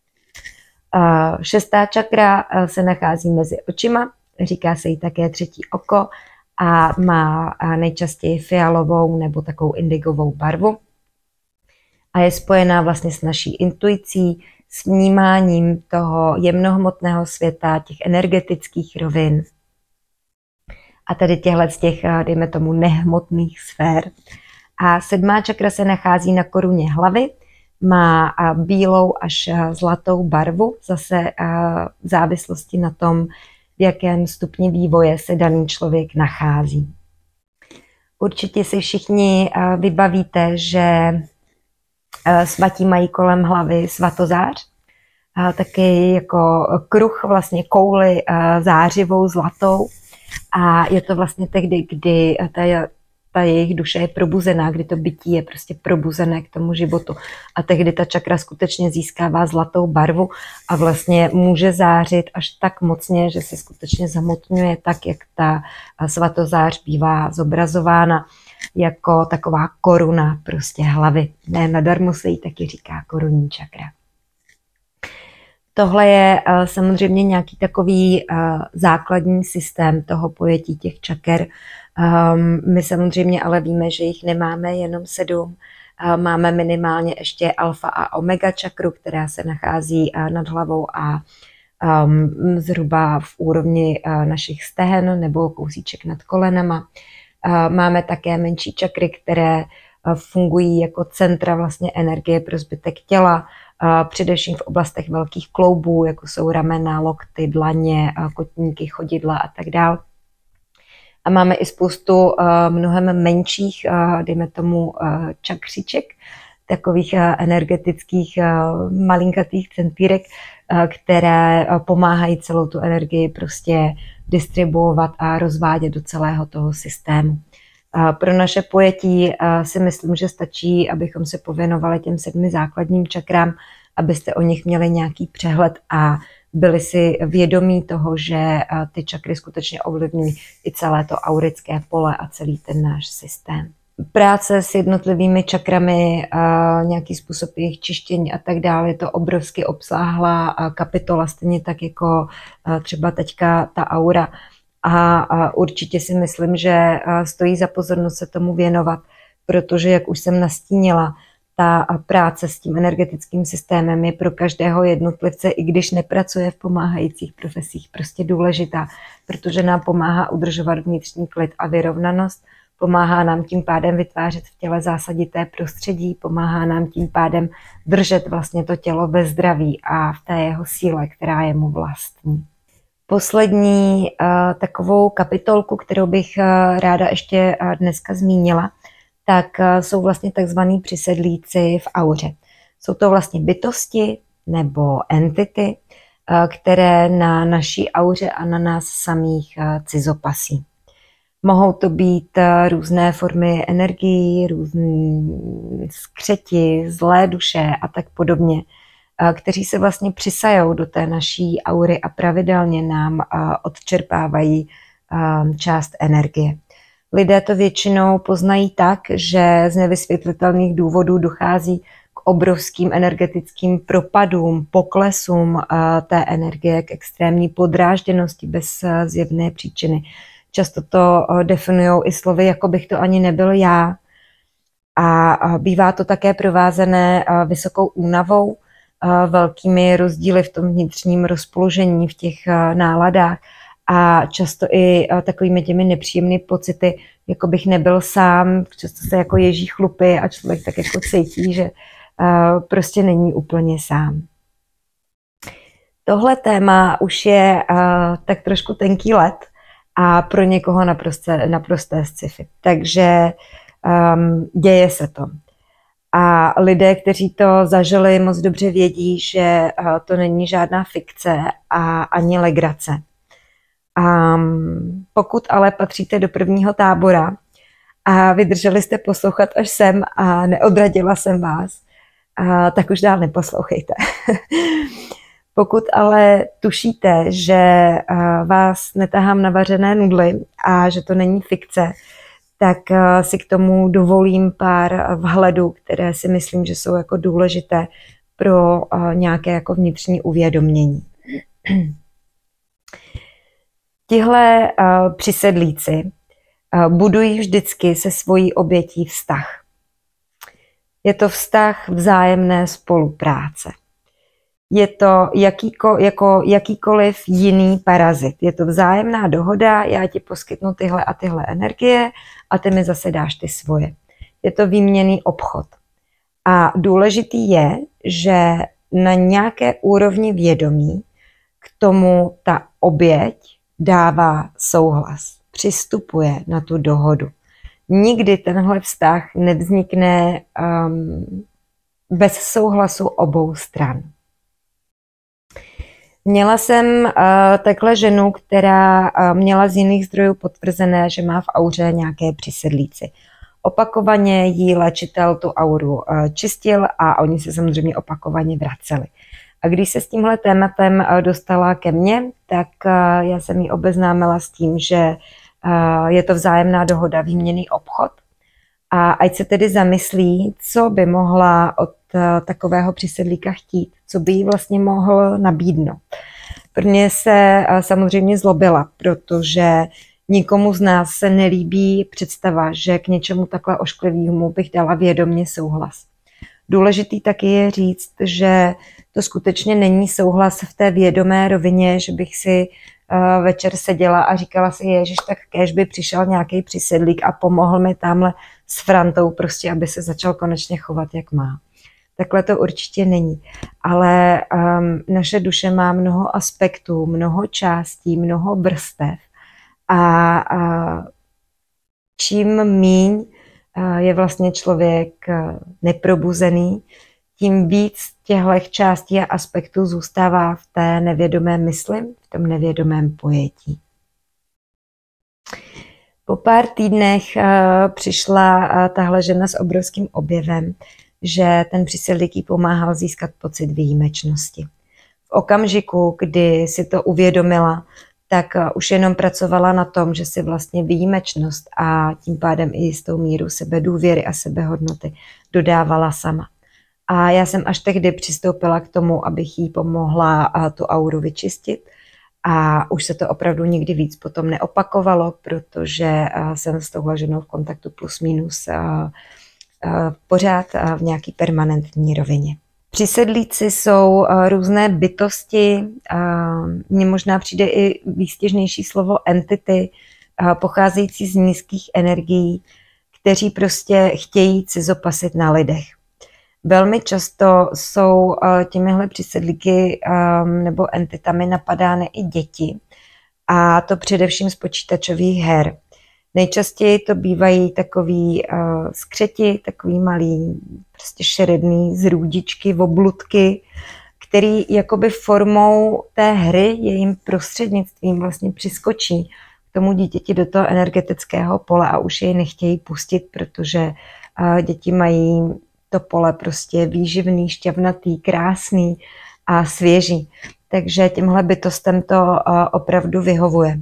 Šestá čakra se nachází mezi očima, říká se jí také třetí oko a má nejčastěji fialovou nebo takovou indigovou barvu a je spojená vlastně s naší intuicí, s vnímáním toho jemnohmotného světa, těch energetických rovin a tady těch, dejme tomu, nehmotných sfér. A sedmá čakra se nachází na koruně hlavy, má bílou až zlatou barvu, zase v závislosti na tom, v jakém stupni vývoje se daný člověk nachází. Určitě si všichni vybavíte, že svatí mají kolem hlavy svatozář, taky jako kruh, vlastně kouli zářivou, zlatou. A je to vlastně tehdy, kdy ta jejich duše je probuzená, kdy to bytí je prostě probuzené k tomu životu. A tehdy ta čakra skutečně získává zlatou barvu a vlastně může zářit až tak mocně, že se skutečně zamotňuje tak, jak ta svatozář bývá zobrazována jako taková koruna prostě hlavy. Ne, nadarmo se jí taky říká korunní čakra. Tohle je samozřejmě nějaký takový základní systém toho pojetí těch čaker. My samozřejmě ale víme, že jich nemáme jenom 7. Máme minimálně ještě alfa a omega čakru, která se nachází nad hlavou a zhruba v úrovni našich stehen nebo kousíček nad kolenama. Máme také menší čakry, které fungují jako centra vlastně energie pro zbytek těla, především v oblastech velkých kloubů, jako jsou ramena, lokty, dlaně, kotníky, chodidla a tak dále. A máme i spoustu mnohem menších, dejme tomu, čakřiček, takových energetických malinkatých centýrek, které pomáhají celou tu energii prostě distribuovat a rozvádět do celého toho systému. Pro naše pojetí si myslím, že stačí, abychom se pověnovali těm 7 základním čakrám, abyste o nich měli nějaký přehled a byli si vědomí toho, že ty čakry skutečně ovlivňují i celé to aurické pole a celý ten náš systém. práce s jednotlivými čakrami, nějaký způsob jejich čištění a tak dále. Je to obrovsky obsáhlá kapitola, stejně tak jako třeba teďka ta aura. A určitě si myslím, že stojí za pozornost se tomu věnovat, protože, jak už jsem nastínila, ta práce s tím energetickým systémem je pro každého jednotlivce, i když nepracuje v pomáhajících profesích, prostě důležitá, protože nám pomáhá udržovat vnitřní klid a vyrovnanost, pomáhá nám tím pádem vytvářet v těle zásadité prostředí, pomáhá nám tím pádem držet vlastně to tělo ve zdraví a v té jeho síle, která je mu vlastní. Poslední takovou kapitolku, kterou bych ráda ještě dneska zmínila, tak jsou vlastně takzvaný přisedlíci v auře. Jsou to vlastně bytosti nebo entity, které na naší auře a na nás samých cizopasí. Mohou to být různé formy energií, různé skřeti, zlé duše a tak podobně, kteří se vlastně přisajou do té naší aury a pravidelně nám odčerpávají část energie. Lidé to většinou poznají tak, že z nevysvětlitelných důvodů dochází k obrovským energetickým propadům, poklesům té energie, k extrémní podrážděnosti bez zjevné příčiny. Často to definují i slovy, jako bych to ani nebyl já. A bývá to také provázené vysokou únavou, velkými rozdíly v tom vnitřním rozpoložení, v těch náladách a často i takovými těmi nepříjemnými pocity, jako bych nebyl sám, často se jako ježí chlupy a člověk tak jako cítí, že prostě není úplně sám. Tohle téma už je tak trošku tenký led a pro někoho naprosté sci-fi. Takže děje se to. A lidé, kteří to zažili, moc dobře vědí, že to není žádná fikce a ani legrace. Pokud ale patříte do prvního tábora a vydrželi jste poslouchat až sem a neodradila jsem vás, tak už dál neposlouchejte. Pokud ale tušíte, že vás netahám na vařené nudly a že to není fikce, tak si k tomu dovolím pár vhledů, které si myslím, že jsou jako důležité pro nějaké jako vnitřní uvědomění. Tihle přisedlíci budují vždycky se svojí obětí vztah. Je to vztah vzájemné spolupráce. Je to jako jakýkoliv jiný parazit. Je to vzájemná dohoda, já ti poskytnu tyhle a tyhle energie a ty mi zase dáš ty svoje. Je to výměnný obchod. A důležitý je, že na nějaké úrovni vědomí k tomu ta oběť dává souhlas, přistupuje na tu dohodu. Nikdy tenhle vztah nevznikne bez souhlasu obou stran. Měla jsem takhle ženu, která měla z jiných zdrojů potvrzené, že má v auře nějaké přisedlíci. Opakovaně jí léčitel tu auru čistil a oni se samozřejmě opakovaně vraceli. A když se s tímhle tématem dostala ke mně, tak já jsem ji obeznámila s tím, že je to vzájemná dohoda, výměnný obchod. A ať se tedy zamyslí, co by mohla od takového přisedlíka chtít, co by jí vlastně mohl nabídnout. Prvně se samozřejmě zlobila, protože nikomu z nás se nelíbí představa, že k něčemu takhle ošklivému bych dala vědomě souhlas. Důležitý taky je říct, že to skutečně není souhlas v té vědomé rovině, že bych si večer seděla a říkala si, ježiš, tak kéž by přišel nějaký přisedlík a pomohl mi tamhle s Frantou, prostě, aby se začal konečně chovat, jak má. Takhle to určitě není. Ale naše duše má mnoho aspektů, mnoho částí, mnoho vrstev a čím míň je vlastně člověk neprobuzený, tím víc těchto částí a aspektů zůstává v té nevědomé mysli, v tom nevědomém pojetí. Po pár týdnech přišla tahle žena s obrovským objevem, že ten přisedlík jí pomáhal získat pocit výjimečnosti. V okamžiku, kdy si to uvědomila, tak už jenom pracovala na tom, že si vlastně výjimečnost a tím pádem i jistou míru sebedůvěry a sebehodnoty dodávala sama. A já jsem až tehdy přistoupila k tomu, abych jí pomohla tu auru vyčistit. A už se to opravdu nikdy víc potom neopakovalo, protože jsem s touhle ženou v kontaktu plus minus pořád v nějaký permanentní rovině. Přisedlíci jsou různé bytosti, mně možná přijde i výstěžnější slovo entity, pocházející z nízkých energií, kteří prostě chtějí cizopasit na lidech. Velmi často jsou těmihle přisedlíky nebo entitami napadány i děti, a to především z počítačových her. Nejčastěji to bývají takový skřeti, takový malý, prostě šeredný zrůdičky, obludky, který jakoby formou té hry, jejím prostřednictvím vlastně přiskočí k tomu dítěti do toho energetického pole a už jej nechtějí pustit, protože děti mají to pole prostě výživný, šťavnatý, krásný a svěží. Takže těmhle bytostem to opravdu vyhovuje.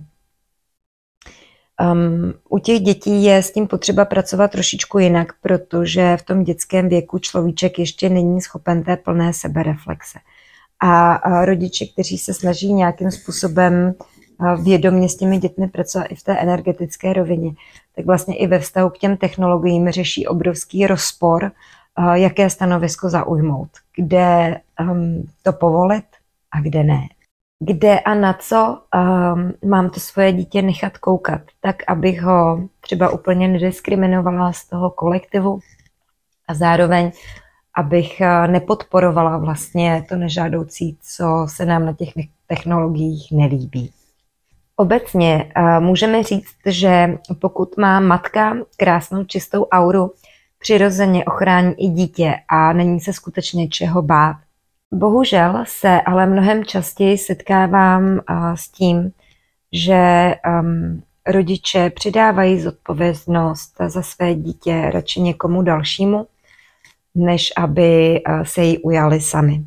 U těch dětí je s tím potřeba pracovat trošičku jinak, protože v tom dětském věku človíček ještě není schopen té plné sebereflexe. A rodiče, kteří se snaží nějakým způsobem vědomě s těmi dětmi pracovat i v té energetické rovině, tak vlastně i ve vztahu k těm technologiím řeší obrovský rozpor, jaké stanovisko zaujmout, kde to povolit a kde ne. Kde a na co mám to svoje dítě nechat koukat, tak abych ho třeba úplně nediskriminovala z toho kolektivu a zároveň abych nepodporovala vlastně to nežádoucí, co se nám na těch technologiích nelíbí. Obecně můžeme říct, že pokud má matka krásnou čistou auru, přirozeně ochrání i dítě a není se skutečně čeho bát. Bohužel se ale mnohem častěji setkávám s tím, že rodiče přidávají zodpovědnost za své dítě radši někomu dalšímu, než aby se jí ujali sami.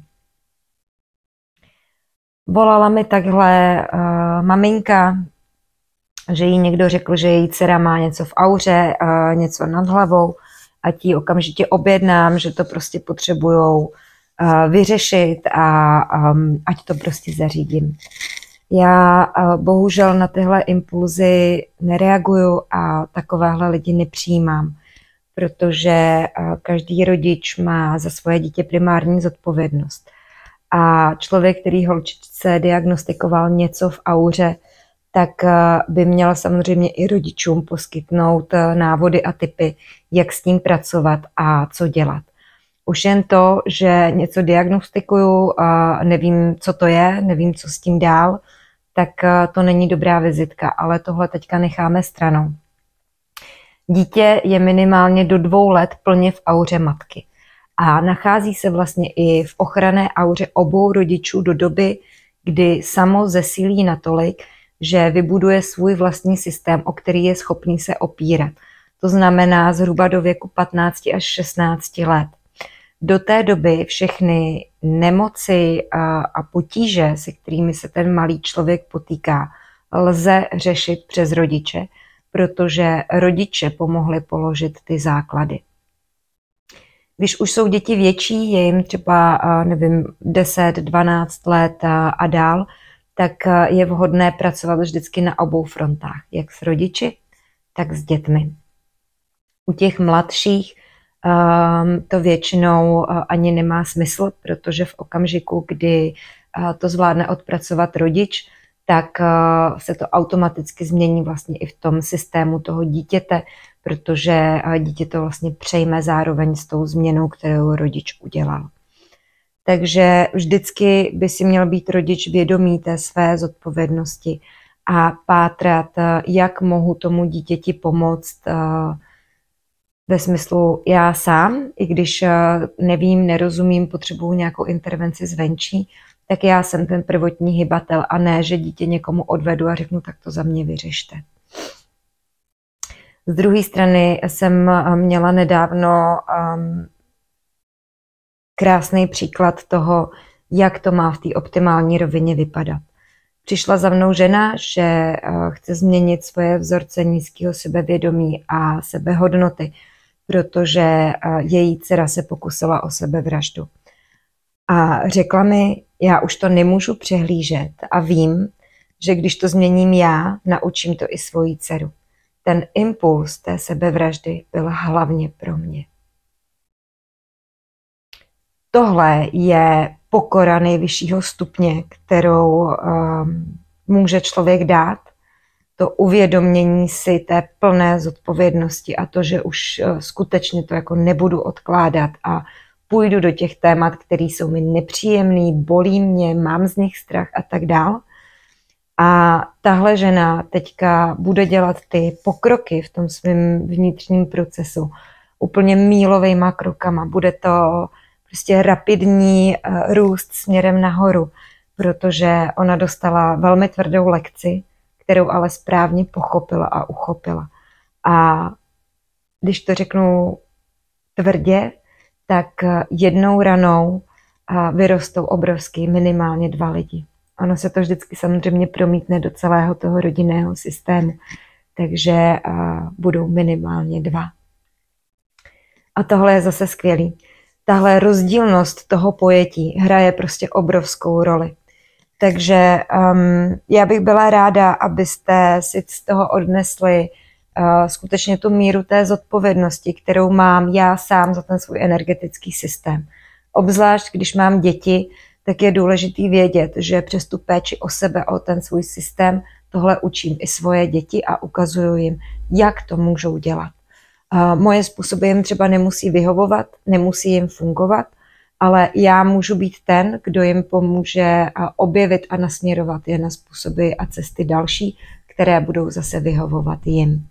Volala mi takhle maminka, že jí někdo řekl, že její dcera má něco v auře, něco nad hlavou, ať jí okamžitě objednám, že to prostě potřebujou vyřešit a ať to prostě zařídím. Já bohužel na tyhle impulzy nereaguju a takovéhle lidi nepřijímám, protože každý rodič má za svoje dítě primární zodpovědnost. A člověk, který holčičce diagnostikoval něco v auře, tak by měl samozřejmě i rodičům poskytnout návody a tipy, jak s tím pracovat a co dělat. Už jen to, že něco diagnostikuju a nevím, co to je, nevím, co s tím dál, tak to není dobrá vizitka, ale tohle teďka necháme stranou. Dítě je minimálně do 2 let plně v auře matky a nachází se vlastně i v ochranné auře obou rodičů do doby, kdy samo zesílí natolik, že vybuduje svůj vlastní systém, o který je schopný se opírat. To znamená zhruba do věku 15 až 16 let. Do té doby všechny nemoci a potíže, se kterými se ten malý člověk potýká, lze řešit přes rodiče, protože rodiče pomohli položit ty základy. Když už jsou děti větší, je jim třeba, nevím, 10, 12 let a dál, tak je vhodné pracovat vždycky na obou frontách, jak s rodiči, tak s dětmi. U těch mladších to většinou ani nemá smysl, protože v okamžiku, kdy to zvládne odpracovat rodič, tak se to automaticky změní vlastně i v tom systému toho dítěte, protože dítě to vlastně přejme zároveň s tou změnou, kterou rodič udělal. Takže vždycky by si měl být rodič vědomý té své zodpovědnosti a pátrat, jak mohu tomu dítěti pomoct ve smyslu já sám, i když nevím, nerozumím, potřebuju nějakou intervenci zvenčí, tak já jsem ten prvotní hybatel a ne, že dítě někomu odvedu a řeknu, tak to za mě vyřešte. Z druhé strany jsem měla nedávno krásný příklad toho, jak to má v té optimální rovině vypadat. Přišla za mnou žena, že chce změnit svoje vzorce nízkého sebevědomí a sebehodnoty, protože její dcera se pokusila o sebevraždu. A řekla mi, já už to nemůžu přehlížet a vím, že když to změním já, naučím to i svoji dceru. Ten impuls té sebevraždy byl hlavně pro mě. Tohle je pokora nejvyššího stupně, kterou může člověk dát. To uvědomění si té plné zodpovědnosti a to, že už skutečně to jako nebudu odkládat a půjdu do těch témat, které jsou mi nepříjemný, bolí mě, mám z nich strach a tak dál. A tahle žena teďka bude dělat ty pokroky v tom svém vnitřním procesu úplně mílovejma krokama. Bude to prostě rapidní růst směrem nahoru, protože ona dostala velmi tvrdou lekci, kterou ale správně pochopila a uchopila. A když to řeknu tvrdě, tak jednou ranou vyrostou obrovský minimálně 2 lidi. Ono se to vždycky samozřejmě promítne do celého toho rodinného systému, takže budou minimálně 2. A tohle je zase skvělý. Tahle rozdílnost toho pojetí hraje prostě obrovskou roli. Takže já bych byla ráda, abyste si z toho odnesli skutečně tu míru té zodpovědnosti, kterou mám já sám za ten svůj energetický systém. Obzvlášť, když mám děti, tak je důležitý vědět, že přes tu péči o sebe, o ten svůj systém, tohle učím i svoje děti a ukazuju jim, jak to můžou dělat. Moje způsoby jim třeba nemusí vyhovovat, nemusí jim fungovat, ale já můžu být ten, kdo jim pomůže objevit a nasměrovat je na způsoby a cesty další, které budou zase vyhovovat jim.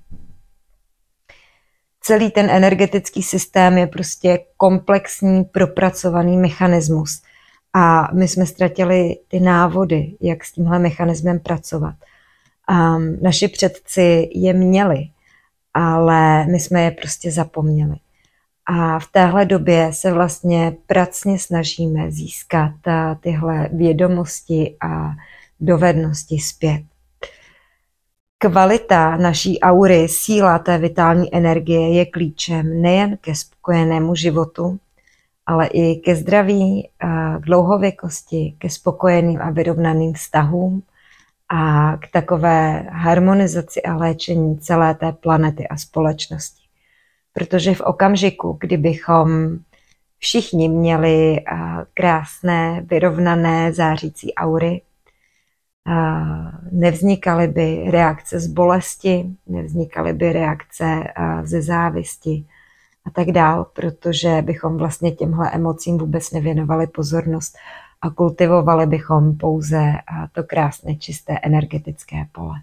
Celý ten energetický systém je prostě komplexní, propracovaný mechanismus. A my jsme ztratili ty návody, jak s tímhle mechanismem pracovat. Naši předci je měli, ale my jsme je prostě zapomněli. A v téhle době se vlastně pracně snažíme získat tyhle vědomosti a dovednosti zpět. Kvalita naší aury, síla té vitální energie je klíčem nejen ke spokojenému životu, ale i ke zdraví, k dlouhověkosti, ke spokojeným a vyrovnaným vztahům a k takové harmonizaci a léčení celé té planety a společnosti. Protože v okamžiku, kdybychom všichni měli krásné, vyrovnané, zářící aury, nevznikaly by reakce z bolesti, nevznikaly by reakce ze závisti a tak dál, protože bychom vlastně těmhle emocím vůbec nevěnovali pozornost a kultivovali bychom pouze to krásné, čisté energetické pole.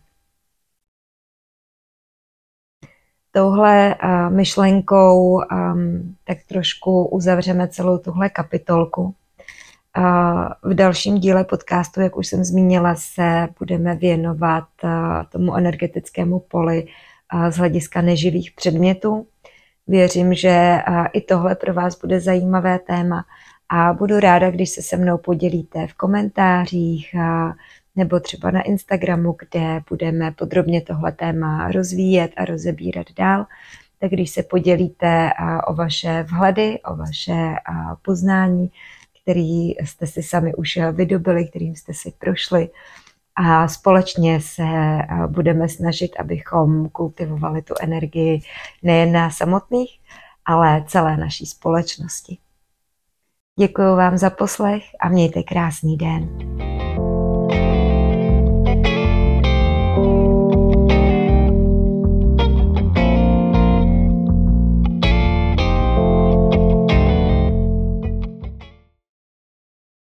Touhle myšlenkou tak trošku uzavřeme celou tuhle kapitolku. V dalším díle podcastu, jak už jsem zmínila, se budeme věnovat tomu energetickému poli z hlediska neživých předmětů. Věřím, že i tohle pro vás bude zajímavé téma a budu ráda, když se mnou podělíte v komentářích nebo třeba na Instagramu, kde budeme podrobně tohle téma rozvíjet a rozebírat dál. Tak když se podělíte o vaše vhledy, o vaše poznání, který jste si sami už vydobili, kterým jste si prošli a společně se budeme snažit, abychom kultivovali tu energii nejen na samotných, ale celé naší společnosti. Děkuji vám za poslech a mějte krásný den.